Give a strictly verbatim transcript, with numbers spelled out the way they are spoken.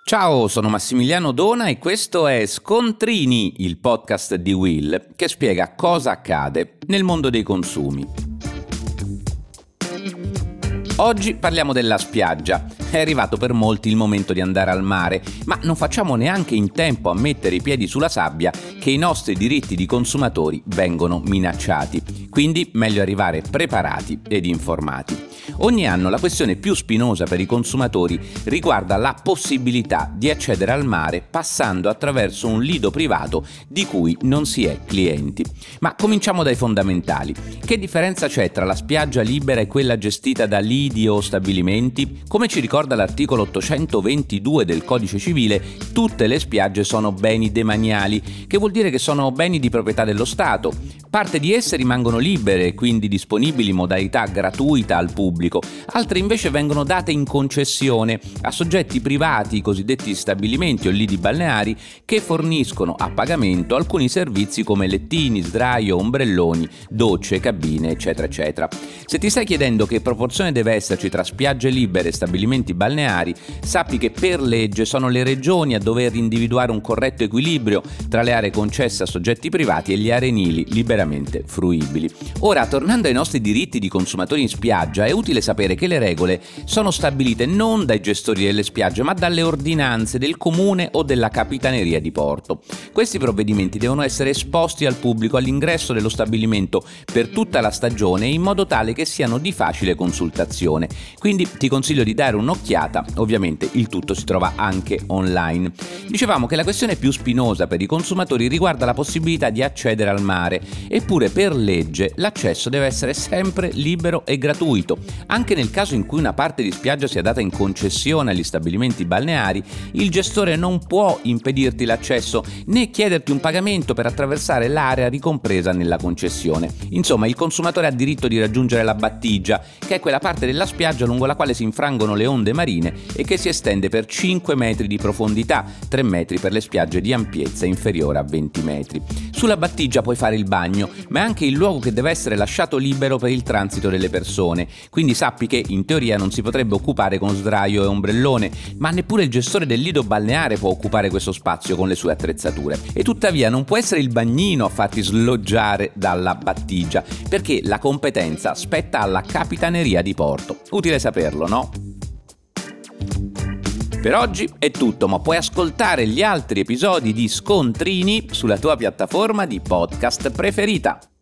Ciao, sono Massimiliano Dona e questo è Scontrini, il podcast di Will che spiega cosa accade nel mondo dei consumi. Oggi parliamo della spiaggia. È arrivato per molti il momento di andare al mare, ma non facciamo neanche in tempo a mettere i piedi sulla sabbia che i nostri diritti di consumatori vengono minacciati. Quindi meglio arrivare preparati ed informati. Ogni anno la questione più spinosa per i consumatori riguarda la possibilità di accedere al mare passando attraverso un lido privato di cui non si è clienti. Ma cominciamo dai fondamentali. Che differenza c'è tra la spiaggia libera e quella gestita da lidi o stabilimenti? Come ci ricorda l'articolo ottocentoventidue del Codice Civile, tutte le spiagge sono beni demaniali, che vuol dire che sono beni di proprietà dello Stato. Parte di esse rimangono libere e quindi disponibili in modalità gratuita al pubblico, altre invece vengono date in concessione a soggetti privati, i cosiddetti stabilimenti o lidi balneari, che forniscono a pagamento alcuni servizi come lettini, sdraio, ombrelloni, docce, cabine, eccetera, eccetera. Se ti stai chiedendo che proporzione deve esserci tra spiagge libere e stabilimenti balneari, sappi che per legge sono le regioni a dover individuare un corretto equilibrio tra le aree concesse a soggetti privati e gli arenili liberamente fruibili. Ora, tornando ai nostri diritti di consumatori in spiaggia, è utile sapere che le regole sono stabilite non dai gestori delle spiagge, ma dalle ordinanze del comune o della capitaneria di porto. Questi provvedimenti devono essere esposti al pubblico all'ingresso dello stabilimento per tutta la stagione in modo tale che siano di facile consultazione. Quindi ti consiglio di dare un'occhiata, ovviamente il tutto si trova anche online. Dicevamo che la questione più spinosa per i consumatori riguarda la possibilità di accedere al mare, eppure per legge l'accesso deve essere sempre libero e gratuito. Anche nel caso in cui una parte di spiaggia sia data in concessione agli stabilimenti balneari, il gestore non può impedirti l'accesso né chiederti un pagamento per attraversare l'area ricompresa nella concessione. Insomma, il consumatore ha diritto di raggiungere la battigia, che è quella parte della spiaggia lungo la quale si infrangono le onde marine e che si estende per cinque metri di profondità, tre metri per le spiagge di ampiezza inferiore a venti metri. Sulla battigia puoi fare il bagno, ma è anche il luogo che deve essere lasciato libero per il transito delle persone, quindi sappi che in teoria non si potrebbe occupare con sdraio e ombrellone, ma neppure il gestore del lido balneare può occupare questo spazio con le sue attrezzature. E tuttavia non può essere il bagnino a farti sloggiare dalla battigia, perché la competenza spetta alla capitaneria di porto. Utile saperlo, no? Per oggi è tutto, ma puoi ascoltare gli altri episodi di Scontrini sulla tua piattaforma di podcast preferita.